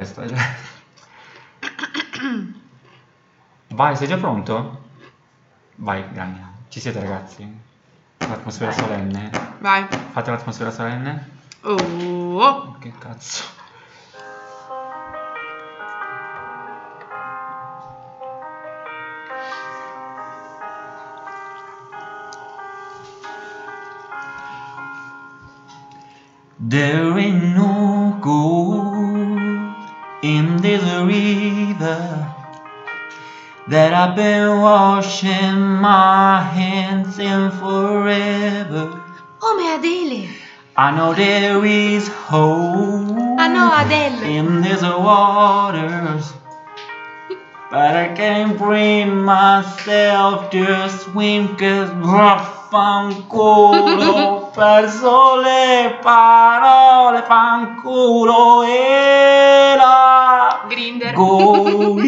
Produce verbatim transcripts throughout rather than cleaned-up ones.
questo. Vai, sei già pronto? Vai, grande. Ci siete, ragazzi? L'atmosfera solenne. Vai. Fate l'atmosfera solenne. Oh. Che cazzo. There ain't no gold in this river that I've been washing my hands in forever. Oh, ma è Adele. I know there is hope Ah no, Adele. in these waters, but I can't bring myself to swim, cause vaffanculo, ho perso le parole, fanculo e la Grinder. Go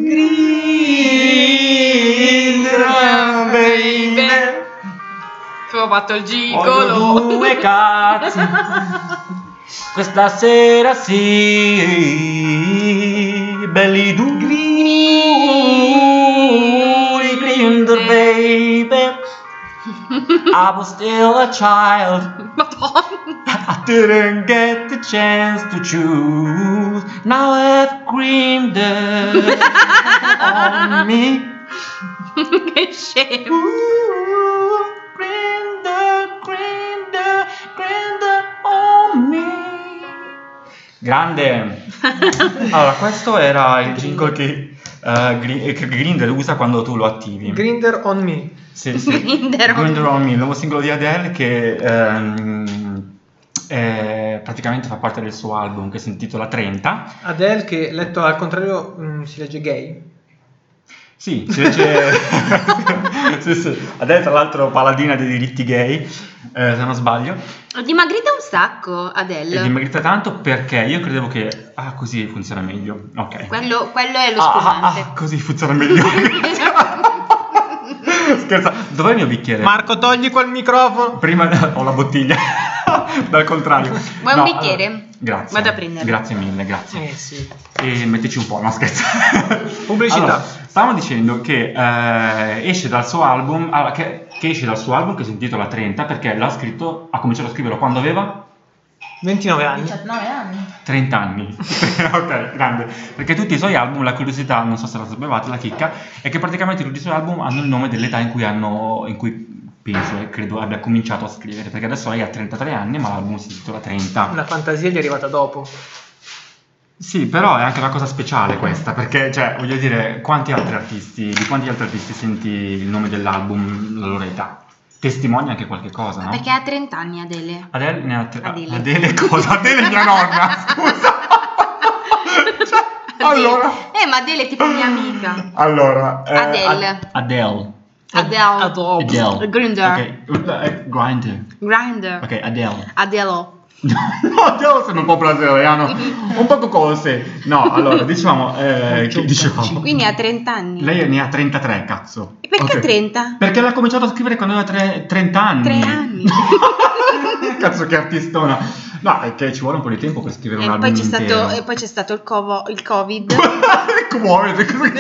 Grinder, baby. Avevo fatto il Voglio gigolo. due cazzi questa sera, sì, belli duri, Grinder, baby. I was still a child. Madonna. I didn't get the chance to choose. Now I've Grinder on me. Che scemo. Ooh, Grinder, Grinder, Grinder on me. Grande. Allora, questo era il jingle che, uh, Gri- che Grinder usa quando tu lo attivi. Grinder on me. Sì, sì. Grinder on Grinder on me, il nuovo singolo di Adele che ehm, è- praticamente fa parte del suo album che si intitola trenta. Adele, che letto al contrario mh, si legge gay. Sì, si legge... sì, sì. Adele tra l'altro paladina dei diritti gay, eh, se non sbaglio. È dimagrita un sacco, È Adele. dimagrita tanto perché io credevo che... Ah, così funziona meglio. Ok. Quello, quello è lo Ah, ah, spumante. ah, così funziona meglio. Scherza, dov'è il mio bicchiere? Marco, togli quel microfono. Prima ho la bottiglia, dal contrario. Vuoi No, un bicchiere? allora, grazie. Vado a prenderlo. Grazie mille, grazie. Eh sì. E mettici un po', no scherzo. Pubblicità. Allora, stavamo dicendo che eh, esce dal suo album, allora, che, che esce dal suo album che si intitola trenta perché l'ha scritto, ha cominciato a scriverlo quando aveva ventinove anni. diciannove anni. trenta anni. Ok, grande. Perché tutti i suoi album, la curiosità, non so se la sapevate, la chicca, è che praticamente tutti i suoi album hanno il nome dell'età in cui hanno, in cui penso e credo abbia cominciato a scrivere, perché adesso lei ha trentatré anni, ma l'album si intitola trenta. La fantasia gli è arrivata dopo. Sì, però è anche una cosa speciale questa, perché, cioè, voglio dire, quanti altri artisti, di quanti altri artisti senti il nome dell'album, la loro età? Testimonia anche qualche cosa, no? Perché ha trenta anni, Adele. Adele ne ha tre... Adele. Adele cosa? Adele è mia nonna, scusa! Cioè, allora... Eh, ma Adele è tipo mia amica. Allora... eh, Adele. Ad- Adele. Adele. Adele. Grinder. Ok, eh, Grindr. Grinder. Ok, Adele. Adele. No, Adele sembra un po' brasiliano, un po' cose. No, allora, diciamo, eh, che dicevamo? Quindi ha trenta anni. Lei ne ha trentatré, cazzo. E perché Ok. trenta? Perché l'ha cominciato a scrivere quando aveva tre- trenta anni. Tre anni. Cazzo, che artistona. No, è che ci vuole un po' di tempo per scrivere un E album poi, c'è intero. stato, e poi c'è stato il, covo, il Covid. Come? Cosa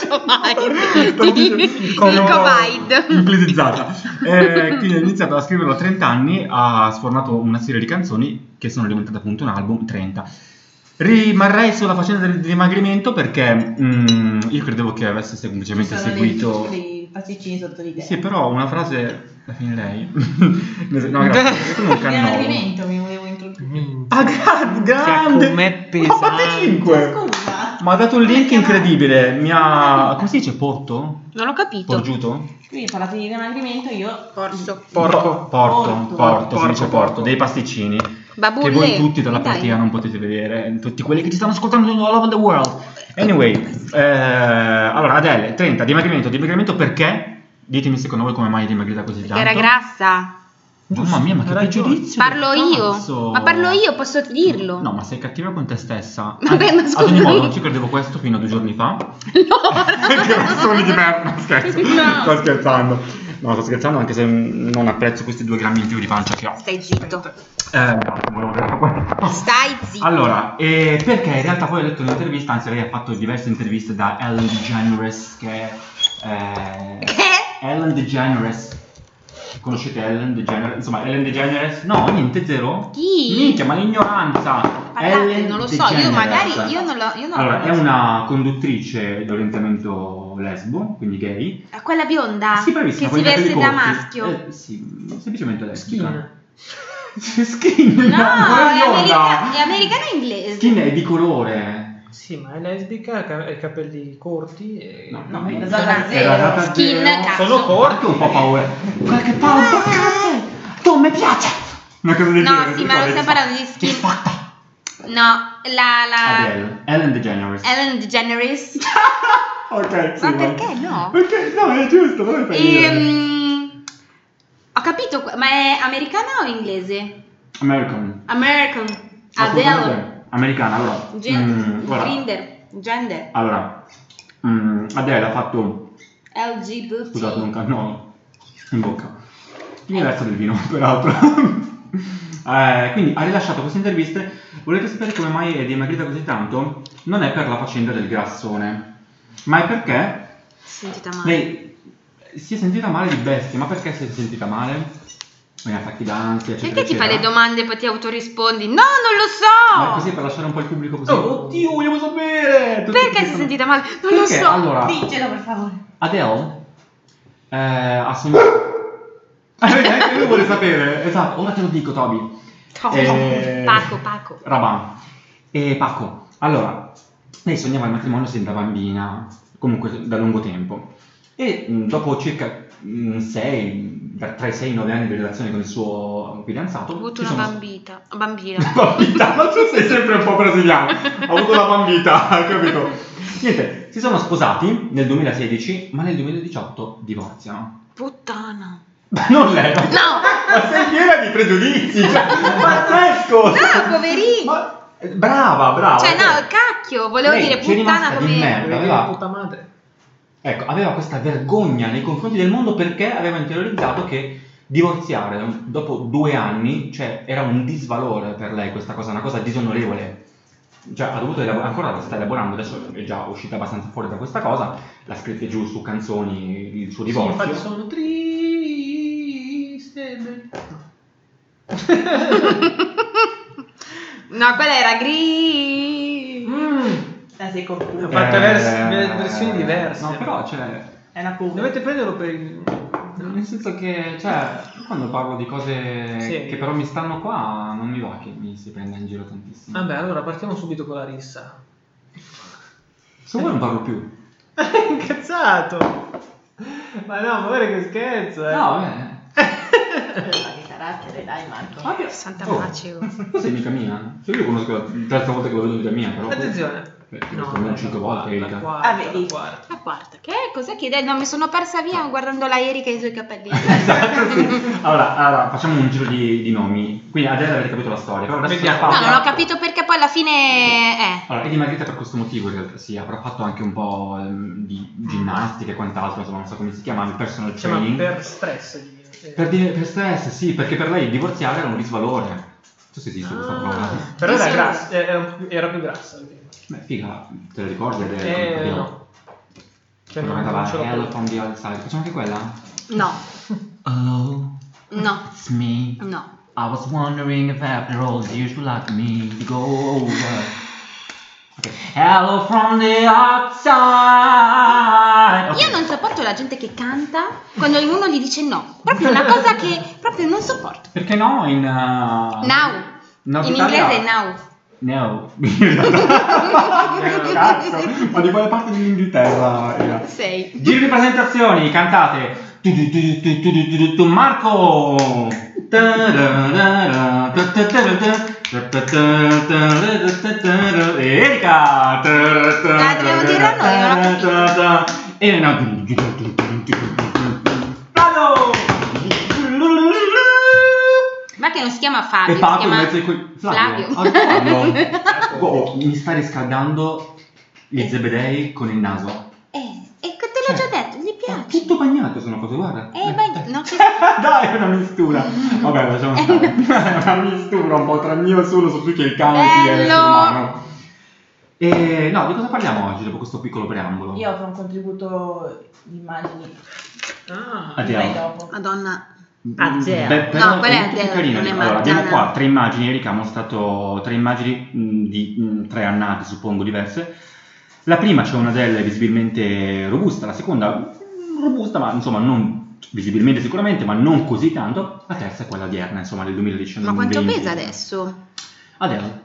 Il Covid. Inglesizzata. Eh, quindi ha iniziato a scriverlo a trenta anni, ha sfornato una serie di canzoni che sono diventate appunto un album trenta. Rimarrei sulla faccenda del dimagrimento perché mm, io credevo che avesse semplicemente seguito... dei pasticcini sotto di te. Sì, però una frase la finirei. No, grazie. Comunque Di no. alimento mi volevo introdurre. Ah, gra- grande! com'è Ma fate pesante. cinque! Scusa. Mi ha dato un link incredibile. Mi ha... Come si dice? Porto? Non ho capito. Porgiuto? Qui parlate di dimagrimento, io Porso. Porco. Porto, porto, Porto. porto, si Porco, dice porto, porco. dei pasticcini Babulle. che voi tutti dalla Dai. platea non potete vedere, tutti quelli che ti stanno ascoltando all over the world. Anyway, eh, allora Adele, trenta, dimagrimento, dimagrimento perché? Ditemi secondo voi come mai è dimagrita così Perché tanto? era grassa. Mamma mia, ma che Hai ragione. pregiudizio! Parlo del io. cazzo! Ma parlo io, posso dirlo. No, ma sei cattiva con te stessa. Vabbè, ma Ad scusami. ogni modo, non ci credevo questo fino a due giorni fa. No. Che persone di merda, no, scherzo. No. Sto scherzando. No, sto scherzando anche se non apprezzo questi due grammi in più di pancia che ho. Stai zitto. Eh, no, volevo vedere qua. Stai zitto. Allora, eh, perché in realtà poi ho letto un'intervista, anzi lei ha fatto diverse interviste da Ellen DeGeneres, che è... eh, Che? Ellen DeGeneres. Conoscete Ellen DeGeneres? Insomma, Ellen DeGeneres? No, niente, zero? Chi? Minchia, ma l'ignoranza! Parlate, Ellen non lo so, io DeGeneres. magari io non lo io non Allora, lo è conosco. una conduttrice di orientamento lesbo, quindi gay. Ah, quella bionda Sì, bravissima, che si con i capelli veste da corti. maschio. Eh, sì, semplicemente lesbica. Skin. Skin, No, non è, bionda. america- è americana e inglese. Skin è di colore. Sì, ma è lesbica, ha ca- i capelli corti e... No, no, No, è- zona era zero. data Skin, zero. cazzo. Sono corti. Anche un po' paura. Qualche paura. Tu mi piace. Una cosa del No, genere, sì, ti ma non ricordi? stiamo parlando di Che skin. fatta. No, la la Adele. Ellen DeGeneres. Ellen DeGeneres. Ok, sì, Ma vai. perché no? Perché? No, è giusto, non mi fai ridere. Ehm, ho capito, ma è americana o inglese? American. American. Adele. Assolutamente. Americana, allora. Gen- mm, guarda, Gender. Gender. allora, mm, Adele ha fatto, L G B T. scusate, un cannolo in bocca. Diverso del vino, peraltro. Eh, quindi ha rilasciato queste interviste. Volete sapere come mai è dimagrita così tanto? Non è per la faccenda del grassone, ma è perché Sentita male. lei si è sentita male di bestia. Ma perché si è sentita male? Con attacchi d'ansia, eccetera, Perché ti fa eccetera. le domande e poi ti autorispondi? No, non lo Ma è so! così per lasciare un po' il pubblico così. Oh. Oddio, vogliamo sapere! Tutti Perché che si è sono- sentita male? Non lo Perché? so! Allora, Dicelo per favore. Adele eh, ha sognato. Anche lui vuole sapere, esatto, ora te lo dico, Toby. Toby. Eh, Paco, Paco. Raban. E Paco, allora, lei sognava il matrimonio sin da bambina, comunque da lungo tempo. E mh, dopo circa sei, tra i sei e i nove anni di relazione con il suo fidanzato, Ho avuto si una sono- bambita. Bambina. Bambita, ma tu sei sempre un po' brasiliano. Ho avuto una bambita, capito? Niente, si sono sposati nel duemilasedici, ma nel duemiladiciotto divorziano. Puttana. Ma non lei, ma, No! ma sei piena di pregiudizi, cioè, pazzesco! No, poverino. Ma- brava, brava. Cioè, no, cacchio, volevo Lei dire ci è puttana rimasta di come... merda. Aveva- puta madre. Ecco, aveva questa vergogna nei confronti del mondo perché aveva interiorizzato che divorziare dopo due anni, cioè, era un disvalore per lei questa cosa, una cosa disonorevole. Cioè, ha dovuto elabor- ancora la sta elaborando, adesso è già uscita abbastanza fuori da questa cosa, l'ha scritta giù su canzoni il suo Sì, divorzio. infatti sono triste. No, quella era gri. Mm. La sei Ha confusa. fatto Eh, vers- versioni diverse. No, però, cioè, È una pupa. Dovete prenderlo per il... nel senso che, cioè, quando parlo di cose Sì. che però mi stanno qua, non mi va che mi si prenda in giro tantissimo. Vabbè, allora partiamo subito con la rissa. Se vuoi non parlo più. Incazzato! Ma no, ma guarda che scherzo, eh! No, vabbè. Ma che carattere, dai Marco. Ah, che- Santa oh, pace. oh. sei mica mia. Cioè, io conosco la terza volta che lo vedo in vita mia, però. Attenzione! Beh, no, almeno cinque volte, la Erika. quarta, Ah, vedi? la quarta. La quarta. Che cos'è che dai? No, mi sono persa via guardando la Erika e i suoi capelli. Esatto, sì. Allora, allora, facciamo un giro di, di nomi. Quindi Adele avete capito la storia, però adesso Vediamo. fa- No, non ho capito perché poi alla fine... Eh. Allora, è dimagrita per questo motivo in realtà, sì, avrà fatto anche un po' ehm, di ginnastica e quant'altro, insomma, non so come si chiama, il personal Si chiama training. per stress. eh. Per, di- per stress, sì, perché per lei divorziare era un disvalore. Tu sei esisto questa prova? Ah, però era Sì, sì. grassa, era, era più grassa. ok. Beh, figa, te la ricordi Adele? Eh, Adele? no. Cioè, Quando non, cantava non ce l'ho Hello più. from the other side. Facciamo anche quella? No, Hello, no, it's me. no. I was wondering if after all the years you like me to go over. Okay. Hello from the outside. Okay. Io non sopporto la gente che canta quando uno gli dice no. Proprio una cosa che proprio non sopporto. Perché no in... Uh... Now. Nord In Italia- inglese è now. No. Cazzo, ma di quale parte dell'Inghilterra era? Sei. Giro di presentazioni, cantate. Tu, tu, tu, tu, tu, tu, tu, tu, Marco. Erika. Ah, dobbiamo dirla noi, non ho capito. Elena. Vado. Ma che non si chiama Fabio, E si Paco in chiama mezzo ai coi... Flavio. Ah, Flavio. Oh, mi sta riscaldando gli zebedei con il naso. Eh, e che te l'ho già detto, gli piace. Tutto bagnato sono cose, guarda. Eh, beh, non ci Dai, è una mistura. Vabbè, lasciamo stare. È una mistura un po' tra il mio solo, so più che il cane sia Bello! l'essere umano. E no, di cosa parliamo oggi dopo questo piccolo preambolo? Io offro un contributo di immagini. Ah, Andiamo. Vai dopo. Madonna. A zero. Beh, però No, quella è molto Adele, carina. non è Allora, Madonna. abbiamo qua tre immagini, Erika ha mostrato tre immagini mh, di mh, tre annate, suppongo, diverse. La prima c'è una Adele visibilmente robusta, la seconda mh, robusta, ma insomma non visibilmente sicuramente, ma non così tanto. La terza è quella odierna, insomma, del duemiladiciannove. Ma quanto pesa adesso? Adele.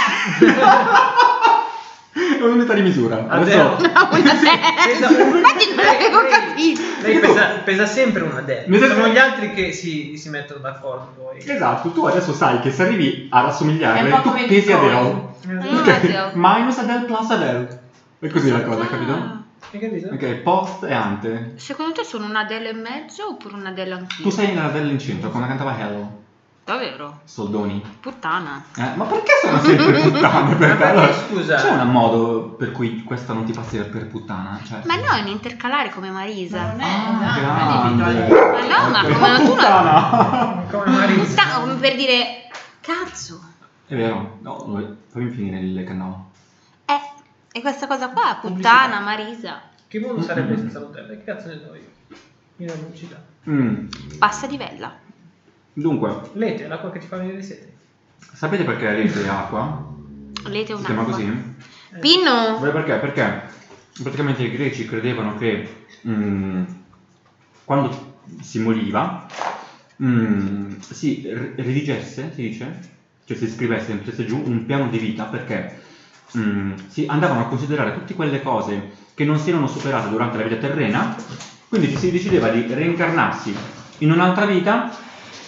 È un'unità di misura. Adele. Adesso... No, una Pesa- Infatti non l'avevo lei- capito. Lei pesa, pesa sempre una Adele. Mi sa- Sono gli altri che si, si mettono d'accordo poi. Esatto, tu adesso sai che se arrivi a È rassomigliarle, un po' tu come pesi Bitcoin. Adele. Mm, Ok, Adele. minus Adele plus Adele. È così la cosa, capito? Hai capito? Ok, post e ante. Secondo te sono una Adele e mezzo oppure una Adele anch'io? Tu sei nella Adele in centro, quando cantava Hello. Davvero? Soldoni. Puttana. Eh, ma perché sono sempre puttane? Per Ma te? perché, Allora, scusa? c'è un modo per cui questa non ti passi per puttana? Cioè... Ma no, è un intercalare come Ma Marisa. non è, Ah, no, non è grande. individuale. Ma no, ma Ok, come tu puttana! Come Marisa. Puttana, come per dire cazzo. È vero, no, no, fammi finire il canale. Eh, e questa cosa qua, puttana, Marisa. Che mondo sarebbe senza l'hotel? Che cazzo ne so io? Io non ci dà. Mm. Passa di vella. Dunque, Lete, l'acqua che ti fa venire sete. sapete perché Rete è acqua? Lete è Si chiama un'acqua. così? Pino. Beh, perché? Perché praticamente i greci credevano che mm, quando si moriva mm, si r- redigesse, si dice, cioè si scrivesse, mettesse giù un piano di vita perché mm, si andavano a considerare tutte quelle cose che non si erano superate durante la vita terrena, quindi si decideva di reincarnarsi in un'altra vita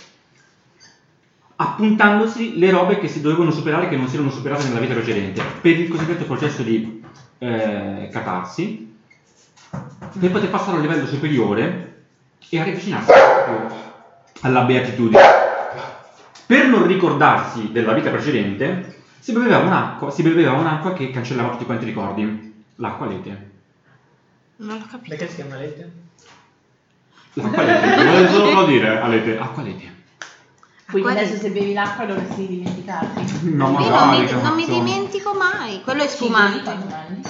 appuntandosi le robe che si dovevano superare che non si erano superate nella vita precedente per il cosiddetto processo di eh, catarsi, per poter passare a un livello superiore e a riavvicinarsi alla beatitudine. Per non ricordarsi della vita precedente si beveva un'acqua, si beveva un'acqua che cancellava tutti quanti i ricordi, l'acqua Lete. Non l'ho capito. Perché si chiama Lete? L'acqua Lete, volevo solo dire a Lete, acqua Lete. Quindi Quella- adesso se bevi l'acqua dovresti dimenticarti. No, Io non magari, mi, che non mi cazzo. dimentico mai, quello è Sì, quindi sfumante. quando anni?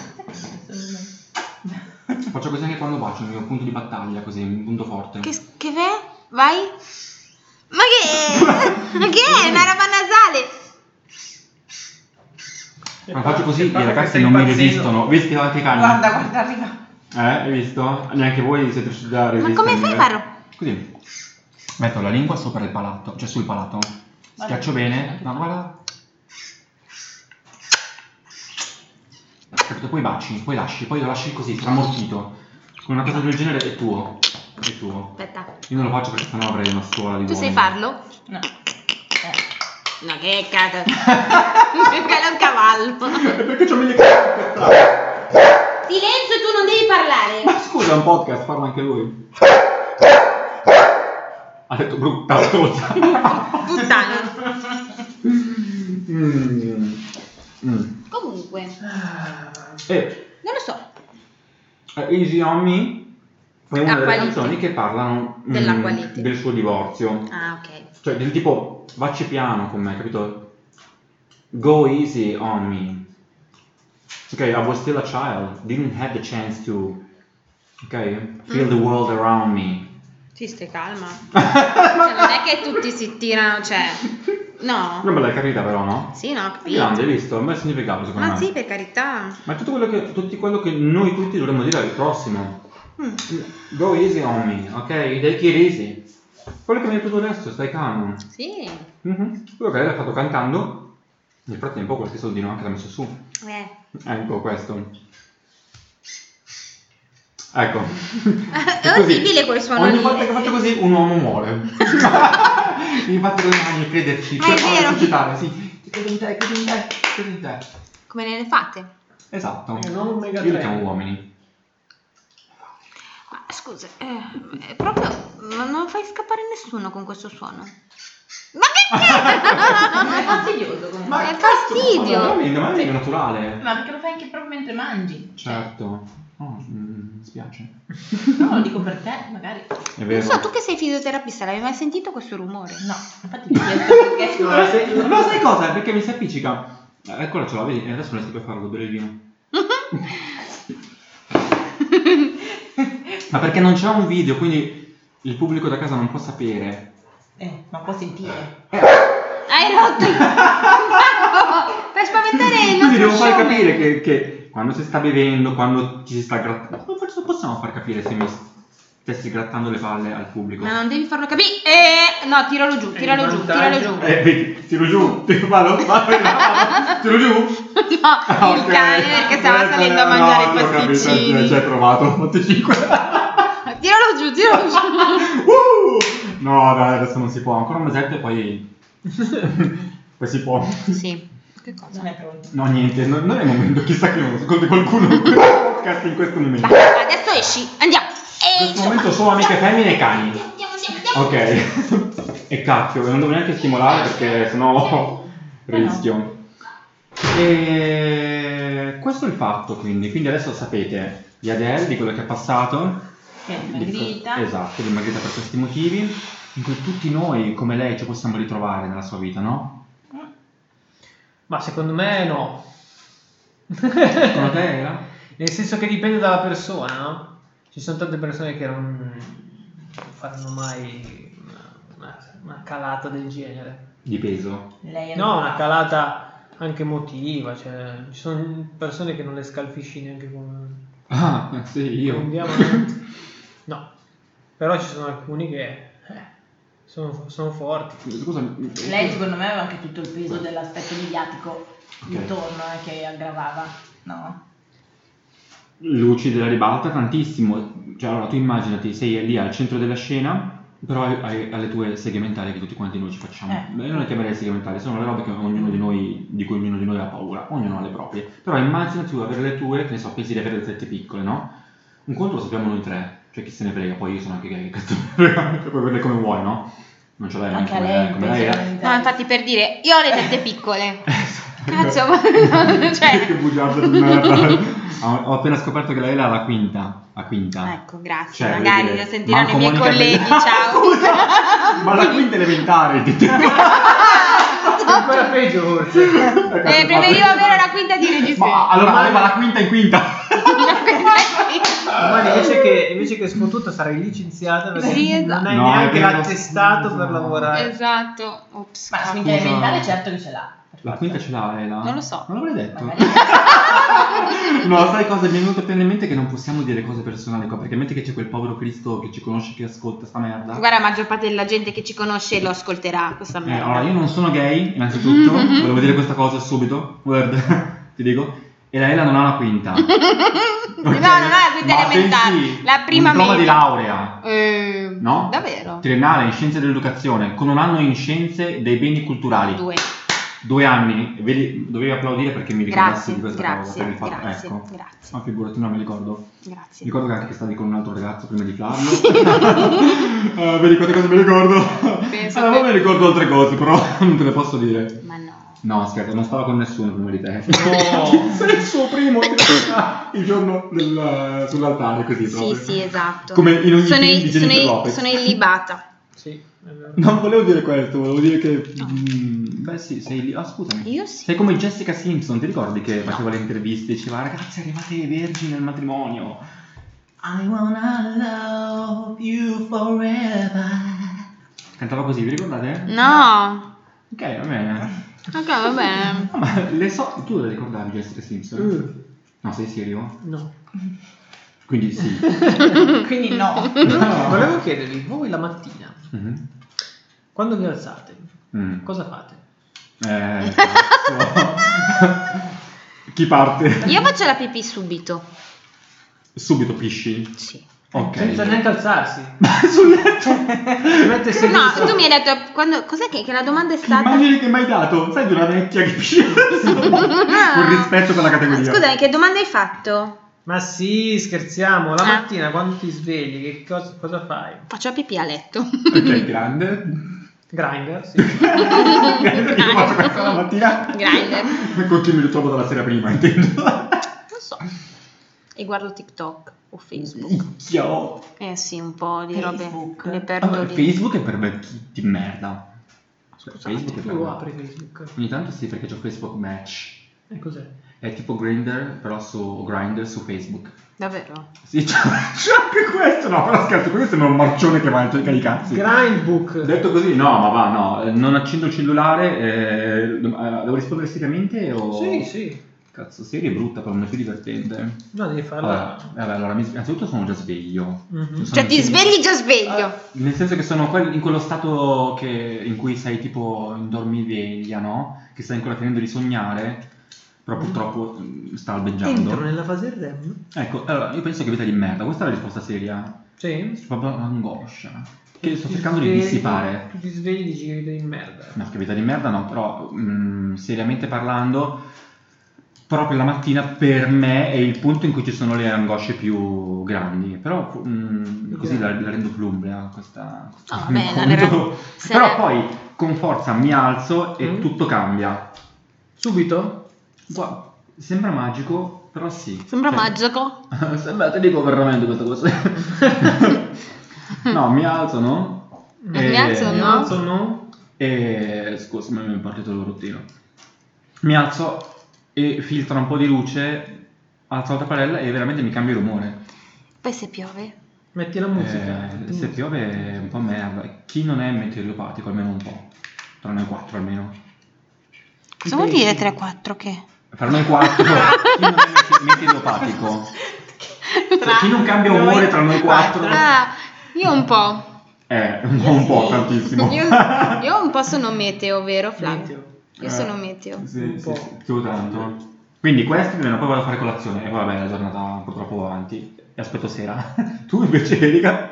Faccio così anche quando bacio, il mio punto di battaglia, così, un punto forte. Che, che ve? Vai? Ma che? Ma che è? Una roba nasale? Ma faccio così, E i poi ragazzi stai non mi impazzendo. resistono. Visti anche i cani? Guarda, guarda, arriva. Eh, hai visto? Neanche voi siete riusciti a resistere. Ma come fai a farlo? Così. Metto la lingua sopra il palato, cioè sul palato. Schiaccio bene. No, guarda. Capito? Poi baci, poi lasci, poi lo lasci così, tramortito. Con una cosa del genere è tuo. È tuo. Aspetta, Io non lo faccio perché sennò avrei una scuola di tu sai uomini. farlo? No. Eh. No, che cazzo. Perché è un cavallo. E perché c'ho mille cazzo per strada? Silenzio, tu non devi parlare. Ma scusa, è un podcast, parla anche lui. Ha detto brutta cosa. Puttana. Mm. Mm. Comunque, E non lo so. eh, Easy on Me è una delle Acqua canzoni Lite. che parlano mm, Dell'Acqua Lite. del suo divorzio. Ah, ok. Cioè, del tipo, vacci piano con me, capito? Go easy on me. Ok, I was still a child, didn't have the chance to, ok, feel the world around me. Sì, stai calma. Cioè, non è che tutti si tirano, cioè. No. Non me l'hai capita però, no? Sì, no, ho capito. Grande, hai visto? Un bel significato secondo Ma me. sì, per carità. Ma è tutto quello che, tutto quello che noi tutti dovremmo dire al prossimo. Mm. Go easy on me, ok? Take it easy. Quello che mi hai detto tu adesso, stai calmo. Sì. Mhm. Quello che lei l'ha fatto cantando, nel frattempo qualche soldino anche l'ha messo su. Eh. Ecco questo. Ecco. È orribile quel suono Ogni lì. volta che faccio così un uomo muore. Mi fate con le mani, crederci, Ma è per vero. società, sì. Credo in te, credo in te, credo in te. Come nelle fate? Esatto. Eh, non un mega Io li tre. chiamo uomini. Ma scusa, eh, è proprio. Ma non fai scappare nessuno con questo suono. Ma che È fastidioso comunque. Ma è fastidio. Ma veramente, ma è meglio naturale. Ma perché lo fai anche proprio mentre mangi. Certo. Oh, mm, mi spiace. No, lo dico per te, magari. È Non vero. so, tu che sei fisioterapista, l'avevi mai sentito questo rumore? No, infatti ti ho chiesto perché. No, se- No, sai cosa? Perché mi si appiccica. Eh, Eccola, ce la vedi? E adesso non riesco a farlo, bere il vino. Ma perché non c'è un video, quindi il pubblico da casa non può sapere. Eh, ma può sentire. Hai rotto il Marco, per spaventare il Quindi nostro devo far showman. capire che, che quando si sta bevendo, quando ci si sta grattando. Come forse possiamo far capire se mi stessi grattando le palle al pubblico? Ma non devi farlo capire. Eh, no, tiralo giù, tiralo giù, tiralo giù. Eh, vedi, tiro giù, tiro, vado, vado, vado, tiro giù. No, Ah, il ok. cane perché stava Eh, salendo a no, mangiare ho i capito, pasticcini. Ci hai provato, ho fatto cinque. Tiralo giù, tiralo giù. Uh! No, dai, adesso non si può. Ancora un mesetto e poi... poi si può. Sì. Che cosa? Non è pronto. No, niente, non, non è il momento, chissà che non ascolti qualcuno in questo podcast in questo momento. Vai, adesso esci, andiamo. In questo momento solo amiche femmine e cani. Andiamo, andiamo, andiamo. Ok. E cacchio, non devo neanche stimolare perché sennò rischio. E questo è il fatto, quindi. Quindi adesso sapete di Adele, di quello che è passato. Che è Di- dimagrita. Esatto, dimagrita per questi motivi, in cui tutti noi, come lei, ci possiamo ritrovare nella sua vita, no? Ma secondo me no. Secondo te era? Nel senso che dipende dalla persona, no? Ci sono tante persone che non faranno mai una, una- una calata del genere. Di peso. Lei è No, una calata anche emotiva, cioè ci sono persone che non le scalfisci neanche con Ah, sì, con un io. diamante. No, però ci sono alcuni che eh, sono, sono forti. Scusa, Lei secondo me aveva anche tutto il peso dell'aspetto mediatico Ok. intorno eh, che aggravava, no? luci della ribalta tantissimo. Cioè, allora tu immaginati, sei lì al centro della scena, però hai, hai alle tue seghe mentali che tutti quanti noi ci facciamo. Eh. Beh, io non le chiamerei seghe mentali, sono le robe che ognuno di noi, di cui ognuno di noi ha paura, ognuno ha le proprie. Però immaginati tu avere le tue, che ne so, pensi di avere le tette piccole, no? Un conto lo sappiamo noi tre, cioè chi se ne frega, poi io sono anche gay, che cazzo me ne frega, puoi vedere come vuoi, no? Non ce l'hai Anche neanche a lei come, come lei penso era. che- No, infatti per dire, io ho le tette piccole. Cazzo, ma Che cioè... bugiardo di merda. Ho ho appena scoperto che lei era la quinta. La quinta. Ecco, grazie. Cioè, Magari voglio lo dire, sentiranno manco i miei Monica colleghi, Bellucci. ciao. Scusa, ma la quinta elementare. ti- Ancora peggio forse. Eh, preferivo avere la quinta di registrazione. Ma allora aveva la quinta in quinta. Domani invece che, invece che sfottuta sarai licenziata perché Sì, esatto. non hai No, è neanche vero, l'attestato scusa. per lavorare. Esatto. Ops. Ma la quinta Scusa. elementare certo che ce l'ha. La quinta ce l'ha Ela? Non lo so. Non l'avrei detto. Magari. No, sai cosa? Mi è venuto appena in mente che non possiamo dire cose personali qua, perché metti che c'è quel povero Cristo che ci conosce, che ascolta sta merda. Guarda, la maggior parte della gente che ci conosce lo ascolterà questa Eh, merda. allora, io non sono gay, innanzitutto, Mhm. volevo dire questa cosa subito, guarda, ti dico, e la Ela non ha la quinta. No, non ha la quinta Ma elementare, bensì la prima un diploma di media. laurea, Eh, no? Davvero? Triennale in scienze dell'educazione, con un anno in scienze dei beni culturali. Due. Due anni, vedi, dovevi applaudire perché mi ricordassi Grazie, di questa grazie, cosa, per il fatto, grazie, ecco. grazie. Ma figurati, non mi ricordo. Grazie. Ricordo che anche che stavi con un altro ragazzo prima di Flavio. Ah, vedi quante cose mi ricordo? Penso Ah, che- ma mi ricordo altre cose, però non te le posso dire. Ma no. No, scherzo, non stava con nessuno prima di te. No. Sei il suo primo il giorno del, sull'altare, così Sì, proprio. sì, esatto. Come in ogni sono, film i- di sono, Jennifer i- Lopez. sono illibata. Sì, è vero. Non volevo dire questo, volevo dire che... mm, beh sì, sei lì... Ah, scusami. Io sì. Sei come Jessica Simpson, ti ricordi che faceva le interviste e diceva ragazzi arrivate vergini al matrimonio? I wanna love you forever. Cantava così, vi ricordate? No. Ok, va bene. Ok, va bene. No, ma le so... Tu le ricordavi Jessica Simpson? Uh, No, sei serio? no. Quindi sì. Quindi no. Volevo chiedervi, voi la mattina, Mhm. quando vi alzate, Mm. cosa fate? Eh, cazzo. Chi parte? Io faccio la pipì subito. Subito pisci? Sì. Ok. Senza neanche alzarsi. Sul letto. Si mette seduto. No, tu mi hai detto quando, cos'è che, che la domanda è stata? Immagini che mi hai dato, sai di una vecchia che pisce con rispetto per la categoria. Scusami, che domanda hai fatto? Ma sì, scherziamo. La Ah. mattina quando ti svegli, che cosa, cosa fai? Faccio la pipì a letto. Ok, grande. Grinder, sì. Io faccio questa la mattina. Grinder. Con chi mi ritrovo dalla sera prima, intendo. Non so. E guardo TikTok o Facebook. Icchio. Eh sì, un po' di Facebook. robe le perdo Allora, lì. Facebook è per vecchi di merda. Scusate, Facebook è per Tu me. apri Facebook. Ogni tanto sì, perché c'ho Facebook Match. E cos'è? È tipo Grindr, però su Grindr su Facebook. Davvero? Sì, c'è, c'è anche questo. No, però scherzo, questo sembra un marcione che va in cerca di cazzi. Grindbook. Detto così, no, ma va, no, eh, non accendo il cellulare, eh, devo rispondere seriamente o... Sì, sì. Cazzo, serie è brutta, però non è più divertente. No, devi farlo. Allora, vabbè, allora, mi- innanzitutto sono già sveglio. Mhm. Sono Cioè ti in- svegli già sveglio. Nel senso che sono quel- in quello stato che, in cui sei tipo in dormiveglia, no? Che stai ancora finendo di sognare, però purtroppo mm, sta albeggiando. Entro nella fase R E M. Ecco, allora, io penso che vita di merda, questa è la risposta seria. Sì. Proprio un'angoscia. Che sto Ti cercando di svegli- dissipare. Tu ti svegli e dici che vita di merda. No, che vita di merda no, però mm, seriamente parlando, proprio la mattina per me è il punto in cui ci sono le angosce più grandi, però mm, Più così la, grandi. la rendo plumbrea questa, questo Ah, vabbè, incontro. la rendo- se Però la- poi con forza mi alzo e Mm. tutto cambia. Subito? Qua, sembra magico, però sì. Sembra Cioè, magico. Sembra, ti dico veramente questa cosa. No, mi alzo, no? Mi alzo, Mi no? alzo, no? E scusa, mi è partito il rottino. Mi alzo e filtra un po' di luce, alzo la tapparella e veramente mi cambia il rumore. Poi se piove. Metti la musica. Eh, metti se musica. piove è un po' merda. Chi non è meteoropatico, almeno un po'. Tra noi quattro almeno. Cosa vuol dire tre quattro che? Tra noi quattro, chi non è mete- meteoropatico? Cioè, chi non cambia umore tra noi quattro? Ah, io un po'. Eh, un po', un po', tantissimo. Io, io un po' sono meteo, vero Flavio? Meteo. Io sono meteo. Sì, Un sì, po'. sì, tu tanto. Quindi questi bene, poi vado a fare colazione e vabbè, la giornata un po' troppo avanti e aspetto sera. Tu invece, Erika?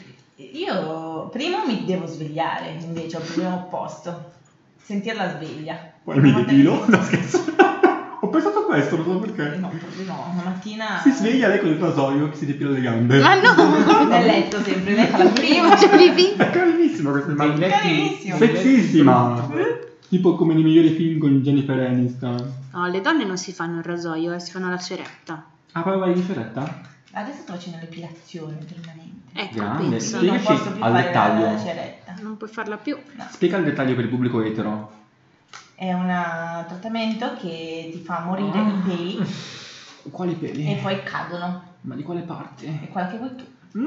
Io prima mi devo svegliare, invece ho il problema opposto. Sentir la sveglia. Poi mi depilo? No, scherzo. Ho pensato a questo, non so perché. No, no, una mattina Si sveglia lei con il rasoio che si depila le gambe. Ma no! nel letto sempre, lei fa la Prima prima. c'è pipì. È carinissima questa Dei immagine. letti- Carinissimo. dei letti- Sexissima. Tipo come nei migliori film con Jennifer Aniston. No, le donne non si fanno il rasoio, eh, si fanno la ceretta. Ah, poi vai in ceretta? Adesso sto facendo l'epilazione permanente. Ecco, Grande. pensa. Sì. Non Spiegaci posso più al fare dettaglio. la, la ceretta. Non puoi farla più. No. Spiega il dettaglio per il pubblico etero. È un trattamento che ti fa morire Ah. i peli Quali peli? e poi cadono. Ma di quale parte? È quella che vuoi tu.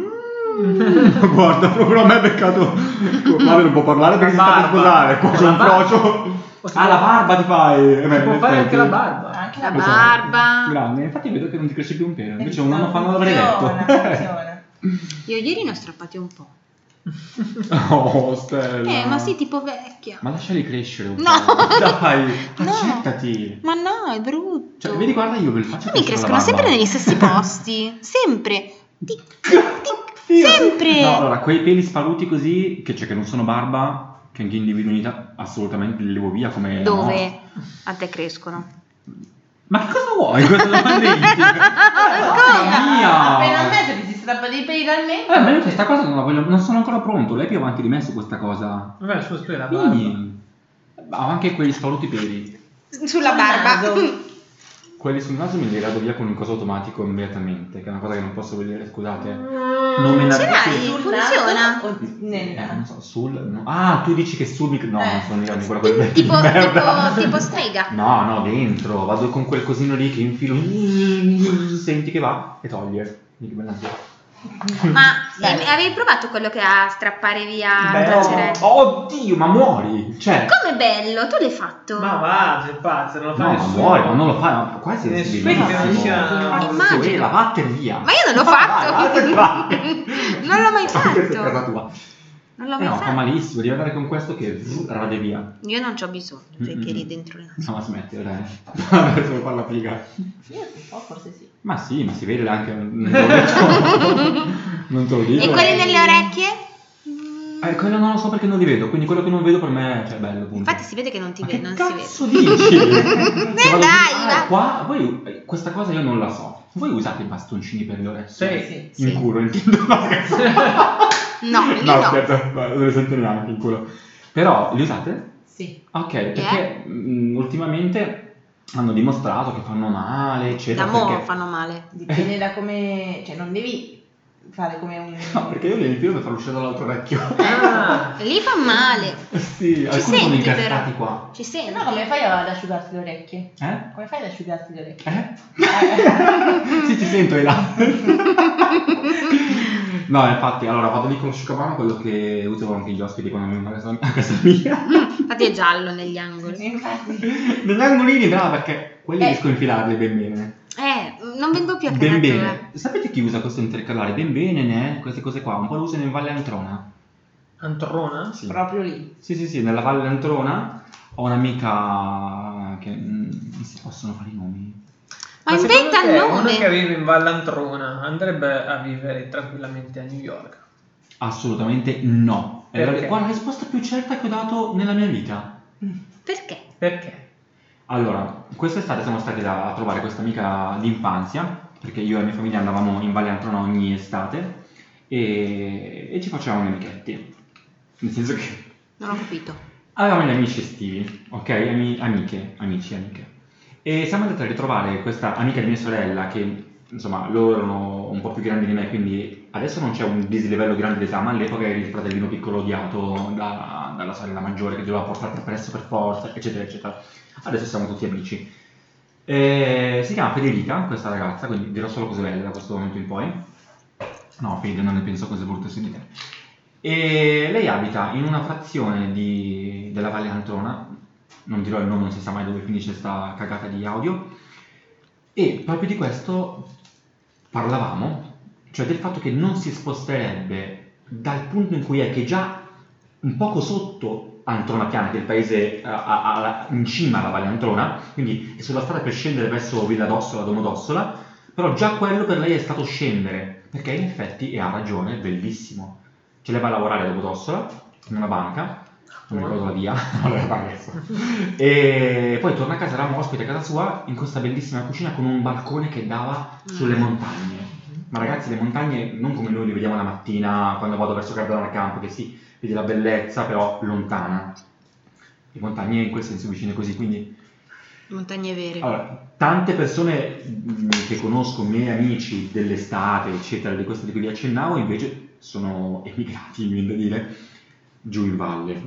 Mm. Guarda, proprio a me è peccato. Flavio non può parlare perché si sta per Barba. sposare. Qua c'è La un barba. frocio. O si Ah, può- la barba ti fai. Eh, beh, Si può in fare effetti. anche la barba. Anche La la Esatto. barba. Grande, infatti vedo che non ti cresce più un pelo. Invece Hai un anno visto? fa non l'avrei detto. Funziona, funziona. Io ieri ne ho strappati un po'. Oh, Stella. Eh, ma sì, tipo vecchia. Ma lasciali crescere un No. po'. Dai, No. accettati. Ma no, è brutto. Cioè, vedi, guarda, io ve lo faccio Mi crescere la crescono barba. sempre negli stessi posti. Sempre. Tic, tic, Io- sempre. No, allora, quei peli sparuti così, che c'è che non sono barba, che anche individualità, assolutamente li levo via come... Dove no. a te crescono? Ma che cosa vuoi? Questa domanda intima? Mamma mia! Appena ammetto che si strappa dei peli dal mento. Eh, ma io questa cosa non la voglio, non sono ancora pronto, lei è più avanti di me su questa cosa. Vabbè, scusa, tu hai la barba. Quindi, ho anche quegli sparuti peli. Sulla barba. naso. Quelli sul naso me li rado via con il coso automatico immediatamente, che è una cosa che non posso vedere, scusate. Non me ne Ce l'hai? Sul funziona? naso o nel Eh, naso? non so, sul... no. Ah, tu dici che sul mic... No, Eh. non sono io, mi guarda quel Tipo, di merda. tipo, tipo strega. No, no, dentro, vado con quel cosino lì che infilo, senti che va e toglie. Quindi che bella idea. Ma Bello. eh, avevi provato quello che ha strappare via la Bello. ceretta? Oddio, ma muori! Cioè, Come bello, tu l'hai fatto? Ma va, sei pazzo, non lo fa no, ma nessuno. muori, ma non lo fai, ma quasi Nessuno sensibilissimo. che non sia- Immagino. La vattene via. Ma io non l'ho Vai, fatto. vai, vai. Non l'ho mai Anche se è casa fatto. tua. Non l'ho Eh mai no, fa fatto. malissimo, devi andare con questo che zzz, rade via. Io non c'ho bisogno perché Mm-mm. eri dentro le naso. No, ma smetti, dai. Adesso devo fare la figa. Io so, forse sì. Ma sì, ma si vede anche. Non te lo dico. Non te lo dico. E quelli nelle orecchie? Eh, quello non lo so perché non li vedo, quindi quello che non vedo per me cioè, è bello, appunto. Infatti si vede che non ti Ma vede, che non cazzo si vede. dici? Eh, Se vado dai, giù- va. ah, qua, voi, eh, questa cosa io non la so. Voi usate i bastoncini per le orecchie? Sì. In Sì. culo, intendo. No, scherzo. No, io No, no. scherzo, no, non le sento neanche in culo. Però, li usate? Sì. Ok, perché mh, ultimamente hanno dimostrato che fanno male, eccetera. Da mo' perché... fanno male. Dipende da come... cioè non devi fare come un... No, perché io nel film mi fa l'uscita dall'altro orecchio. Ah, Lì fa male. Sì, Ci alcuni sono senti incastrati però. qua. Ci senti? No, come fai ad asciugarti le orecchie? Eh? Come fai ad asciugarti le orecchie? Eh? Eh. Sì, ti sento, è là. No, infatti, allora vado lì con l'asciugamano, quello che usano anche gli ospiti quando vengono a casa, a casa mia. Infatti è giallo negli angoli. Infatti. Negli angolini, brava, perché quelli Eh. riesco a infilarli ben bene. Eh, non vengo più a casa Ben tua. bene. Sapete chi usa questo intercalare? Ben bene, ne? Queste cose qua. Un po' lo usano in Valle Antrona. Antrona? Sì. Proprio lì. Sì, sì, sì, nella Valle Antrona ho un'amica che mm, non si possono fare i nomi. Ma secondo inventa il te uno nome. che vive in Valle Antrona andrebbe a vivere tranquillamente a New York? Assolutamente no. È la, Perché? guarda, la risposta più certa che ho dato nella mia vita. Perché? Perché? Allora, quest'estate siamo stati da- a trovare questa amica d'infanzia, perché io e la mia famiglia andavamo in Valle Antrona ogni estate e, e ci facevamo gli amichetti. Nel senso che Non ho capito. avevamo gli amici estivi, ok? Ami- amiche, amici, amiche. E siamo andati a ritrovare questa amica di mia sorella che, insomma, loro erano un po' più grandi di me, quindi adesso non c'è un dislivello grande d'età, ma all'epoca eri il fratellino piccolo odiato da- dalla sorella maggiore che doveva portarti appresso per forza, eccetera, eccetera. Adesso siamo tutti amici. Eh, si chiama Federica, questa ragazza, quindi dirò solo cose belle da questo momento in poi. No, Fede, non ne penso cose brutte su di te. E lei abita in una frazione di- della Valle Antrona, non dirò il nome, non si sa mai dove finisce sta cagata di audio, e proprio di questo parlavamo, cioè del fatto che non si sposterebbe dal punto in cui è, che già un poco sotto Antrona Piana, che è il paese a- a- a- in cima alla Valle Antrona, quindi è sulla strada per scendere verso Villa d'Ossola, Domodossola, però già quello per lei è stato scendere, perché in effetti, e ha ragione, è bellissimo. Cioè lei va a lavorare a Domodossola, in una banca, non mi ricordo la via, allora adesso. E poi torna a casa, eravamo ospiti a casa sua, in questa bellissima cucina con un balcone che dava sulle montagne. Ma ragazzi, le montagne non come noi le vediamo la mattina quando vado verso Cardano al campo, che sì, vedi la bellezza, però lontana. Le montagne in quel senso vicine così, quindi... Montagne vere. Allora, tante persone mh, che conosco, miei amici dell'estate, eccetera, di questo di cui vi accennavo, invece sono emigrati, mi viene da dire, giù in valle,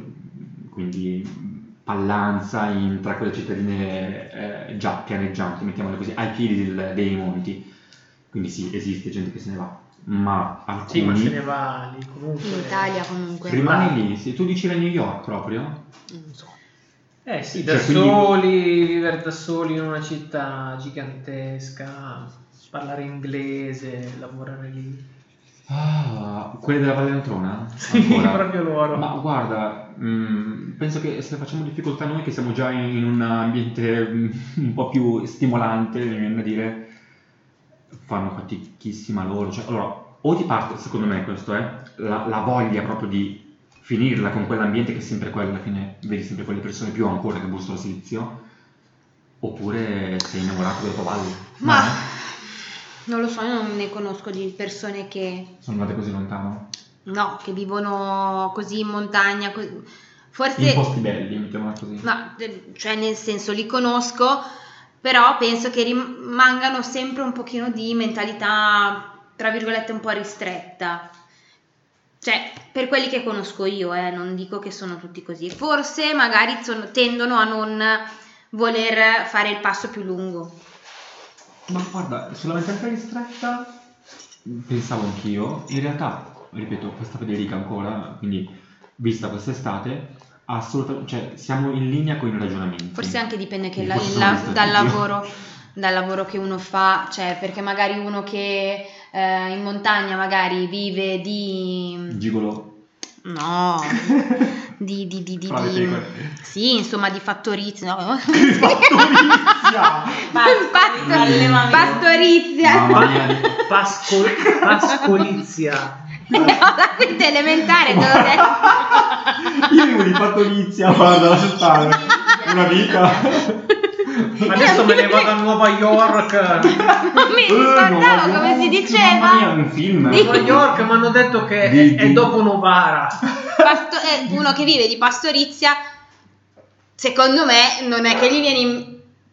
quindi Pallanza, in, tra quelle cittadine eh, già pianeggianti, mettiamole così, ai piedi del- dei monti. Quindi sì, esiste gente che se ne va, ma Sì, ma alcuni se ne va lì comunque. In Italia comunque. rimani lì. Se tu dici a New York proprio, Non so. Eh sì, Cioè, da quindi- soli, vivere da soli in una città gigantesca, parlare inglese, lavorare lì. ah, quelle della Valle Antrona? Sì, Ancora? proprio loro. Ma guarda, mh, penso che se facciamo difficoltà noi che siamo già in, in un ambiente mh, un po' più stimolante, mi viene da dire, fanno fatichissima loro. Cioè, allora, o ti parte, secondo me questo è, la, la voglia proprio di finirla con quell'ambiente che è sempre quello, alla fine vedi sempre quelle persone più ancora che bussano al silenzio, oppure sei innamorato del tuo valle. Ma No, eh? non lo so, io non ne conosco di persone che Sono andate così lontano? no, che vivono così in montagna, co- In forse posti belli, mettiamola così. no, de- cioè nel senso li conosco, però penso che rimangano sempre un pochino di mentalità tra virgolette un po' ristretta. Cioè, per quelli che conosco io, eh, non dico che sono tutti così. Forse magari sono- tendono a non voler fare il passo più lungo. Ma guarda, sulla mentalità ristretta pensavo anch'io, in realtà, ripeto, questa Federica ancora, quindi vista quest'estate, assolutamente, cioè siamo in linea con i ragionamenti. Forse anche dipende che Quindi la- forse il sono la- ristretti dal io. lavoro dal lavoro che uno fa, cioè perché magari uno che eh, in montagna magari vive di Gigolo. no di di di di, Fra le di- pecore. sì, insomma di fattorizia, no? Fattorizia! Pasto- Allevamento. pastorizia. Mamma mia. Pasco- pascolizia. No, la quinta elementare te l'ho detto. Io vivo di fattorizia, guarda, lascia stare. Una vita. Adesso me ne vado a Nuova York. Non mi Eh, no, ricordavo no, come si Mamma mia, diceva. un film. Di- New York mi hanno detto che Di- è, è di- dopo Novara. Pasto- eh, uno che vive di pastorizia, secondo me non è che gli viene in-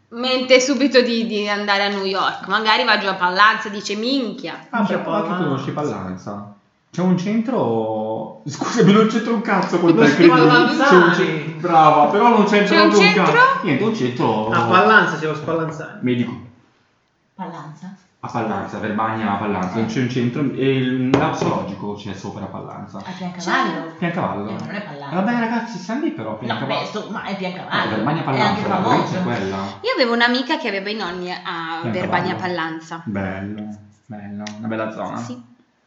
mente subito di, di andare a New York. Magari va giù a Pallanza, dice minchia. Ah, C'è beh, ma che Pallanza. conosci Pallanza? C'è un centro... Scusami, non c'entra un cazzo con Lo te, credo. Spallanzani. C'è un ce- Brava, però non c'entra C'è un proprio un centro? cazzo. Niente, un centro... A Pallanza c'è lo Spallanzani. medico. Pallanza? A Pallanza, Verbania a Pallanza, non c'è un centro, e il zoologico c'è sopra a Pallanza. A Piancavallo? Piancavallo. Eh, ma non è Pallanza. Eh, Vabbè ragazzi, stanno lì però, No, Piancavallo. beh, sto- ma è No, Piancavallo. Verbania È Pallanza, anche la provincia è famoso. quella. Io avevo un'amica che aveva i nonni a Piancavallo. Verbania Pallanza. Bello, bello, una bella zona. Sì.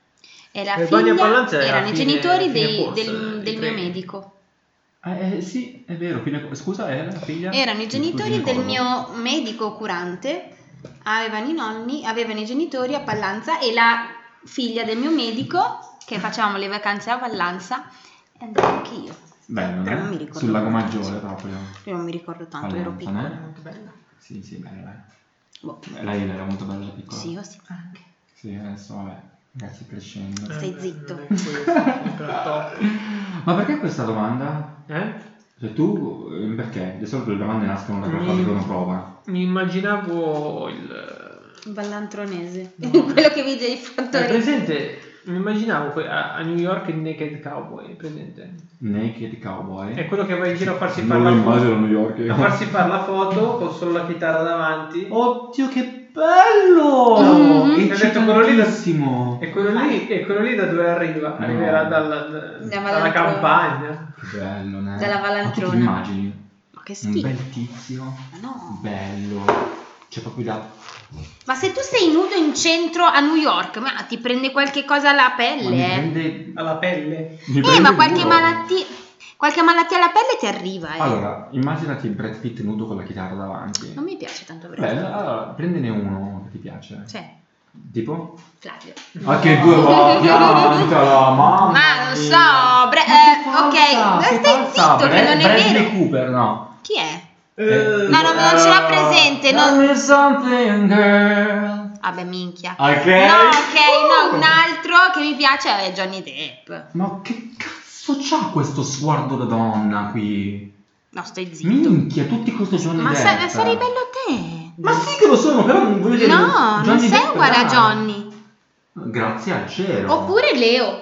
E la Verbania figlia Pallanza era erano i fine- genitori fine dei- corsa, del, i del mio treni. medico. Eh, eh, sì, è vero, fine- scusa, era la figlia? Erano i genitori Scusi, del ricordo. mio medico curante, avevano i nonni, avevano i genitori a Pallanza e la figlia del mio medico, che facevamo le vacanze a Pallanza, e andavo anche io. Bello, Però no? non mi ricordo Sul lago molto. Maggiore proprio. Io non mi ricordo tanto, ero Pallanza, piccola. no? Molto bella. Sì, sì, bella. Boh. Beh, Lei era molto bella da piccola. Sì, io sì. Anche. Sì, adesso vabbè, ragazzi crescendo. Stai Eh, zitto. non è questo, sempre al top. Ma perché questa domanda? Eh? Cioè tu, eh, perché? Di solito le domande nascono da qualcosa Mm. che uno prova. Mi immaginavo il... Ballantronese. No. Quello che vige i È fattori. presente? Mi immaginavo que- a a New York il Naked Cowboy, è presente? Naked Cowboy. È quello che va in giro a farsi Non fare lo la immagino foto. a New York. A farsi fare la foto con solo la chitarra davanti. Oddio che bello! Mhm. Ho detto quello lì da- Eccitantissimo. E quello lì, e quello lì da dove arriva? No. Arriverà dalla, da- Da dalla Valantrone. campagna. Che bello, ne? Dalla Valantrona. Ma tu ti immagini? Ma che Un schifo. bel tizio. Ma no. Bello. C'è proprio da... Ma se tu sei nudo in centro a New York, ma ti prende qualche cosa alla Ma mi pelle, eh? prende... Alla pelle. mi Eh, prende ma il qualche culo. malattia, qualche malattia alla pelle ti arriva, eh. Allora, immaginati Brad Pitt nudo con la chitarra davanti. Non mi piace tanto Beh, Brad Pitt. allora, prendene uno che ti piace. Cioè, Tipo? Flavio. Ah, che due volte, piantala, mamma Ma non mia. so, Bre- Ma che eh, ok, falsa, ma che stai falsa, zitto, che Brad- non è Bradley vero. Cooper, no. Chi è? Eh, No, no, non ce l'ha presente, Tell non- me something, girl. Vabbè, minchia. Ok. No, ok, no, un altro che mi piace è Johnny Depp. Ma che cazzo c'ha questo sguardo da donna qui? No, stai zitto. Minchia, tutti questo Johnny Ma Depp. sa- sarei bello te. Ma sì che lo sono, però non voglio dire... No, non Johnny sei Depp, uguale a dai. Johnny. Grazie al cielo. Oppure Leo.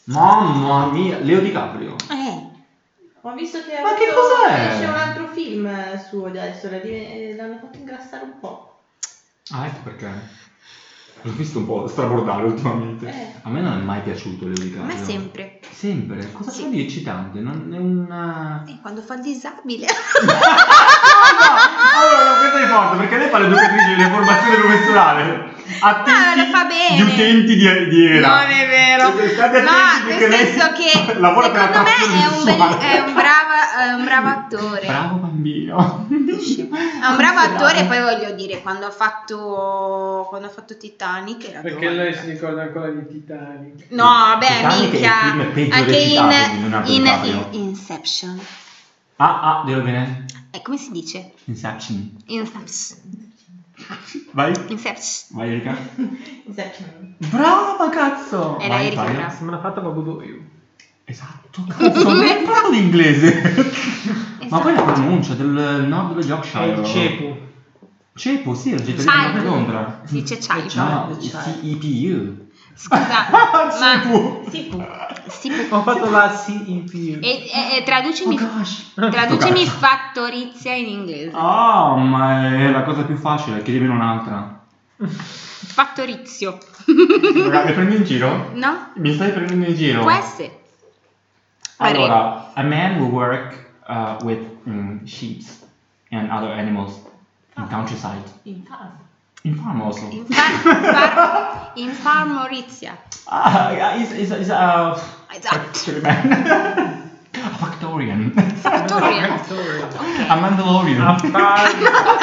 Mamma mia, Leo DiCaprio. Eh. Ho visto che Ma che adesso cos'è? esce un altro film suo adesso, l'ha div- l'hanno fatto ingrassare un po'. Ah, ecco perché. L'ho visto un po' strabordare ultimamente. Eh. A me non è mai piaciuto Leo A DiCaprio. me sempre. Sempre? Cosa Sì. c'è di eccitante? Non è una... E quando fa il disabile. Allora, no, questo è forte, perché lei fa l'educatrice di formazione professionale. Attenti No, lo fa bene. gli utenti di, di Era. Non è vero. State No, attenti nel perché lei senso che lavora per secondo me attrazione è un, bel- sessuale. è un brava- è un bravo attore. Bravo bambino. È un bravo attore, e poi voglio dire, quando ha fatto quando ha fatto Titanic era Perché giovane. lei si ricorda ancora di Titanic. No, vabbè, Titanic è il minchia. film peggio Anche recitato di in, Leonardo in, DiCaprio. in Inception. Ah, ah, di dove viene? Eh, come si dice? Inception. Inception. Vai. Inception. Vai Erika. Inception. Brava cazzo. Era Vai, Erika, Fabio. brava. Se me l'ha fatta Babudo io. Esatto, cazzo, non hai parlato di inglese. Ma Esatto. poi la pronuncia del nord dello È Yorkshire. il cepu. Cepo, sì, la cittadina di Londra. Si dice Chai. No, C E P U. Scusa, ma Cepo. sì, pu- sì, pu- Ho fatto la C E P U. e, e, e traducimi, Oh gosh. traducimi Sto cazzo. fattorizia in inglese. Oh, ma è la cosa più facile, chiedimi un'altra. Fattorizio. Raga, mi prendi in giro? No? Mi stai prendendo in giro? Può essere. Allora, a man will work uh, with mm, sheep and other animals in countryside. Infame. In farm also. In, far, far, in Farmorizia. Ah, yeah, he's, he's, he's a Esatto. factory man. A factorian. Factorial. Factorial. A Mandalorian. A, far-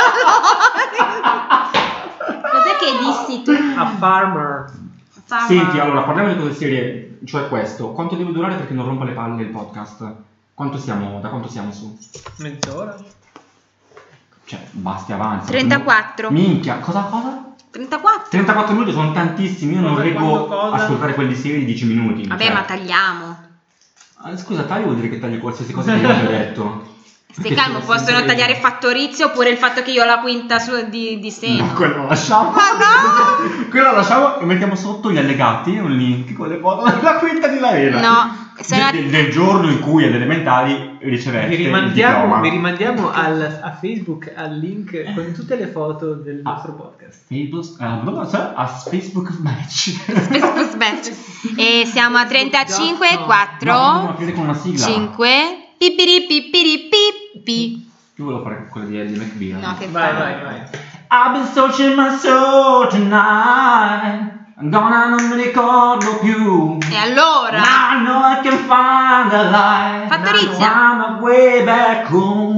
Cos'è che dissi tu? a farmer. Farma- Senti, allora, parliamo di cose serie, cioè questo. Quanto deve durare perché non rompa le palle il podcast? Quanto siamo, da quanto siamo su? Mezz'ora. Cioè, basti, avanti. trentaquattro. Minchia, cosa, cosa? trentaquattro. trentaquattro minuti sono tantissimi, io non Cosa, reggo quando, cosa? ascoltare quelli seri di dieci minuti. Vabbè, cioè. ma tagliamo. Ah, scusa, taglio vuol dire che taglio qualsiasi cosa che io abbia detto. Stai calmo, possono tagliare fattorizio oppure il fatto che io ho la quinta su- di, di seno. No, quello lo lasciamo. Ma no! Quello lo lasciamo e mettiamo sotto gli allegati un link con le foto della quinta di Lavera. No, se Del, no- del- del giorno in cui alle elementari ricevette Vi il rimandiamo, diploma. vi rimandiamo al- a Facebook al link con tutte le foto del Ah. nostro podcast. Facebook, ah, no, so, a Facebook Match. Facebook Match. E siamo a trentacinque, No, No, quattro, dobbiamo aprire con una sigla. cinque, pipiri pipiri pippi. Io volevo fare quella di Eddie McBeal. No, che Vai, fa? vai, vai. I've been searching my soul tonight. I'm gonna non mi ricordo più. E allora? Now I know I can find a light. Fattorizia. Find my way back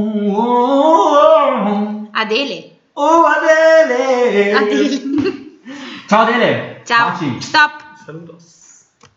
home. Adele. Oh Adele. Adele. Ciao Adele. Ciao. Baci. Stop. Saludos.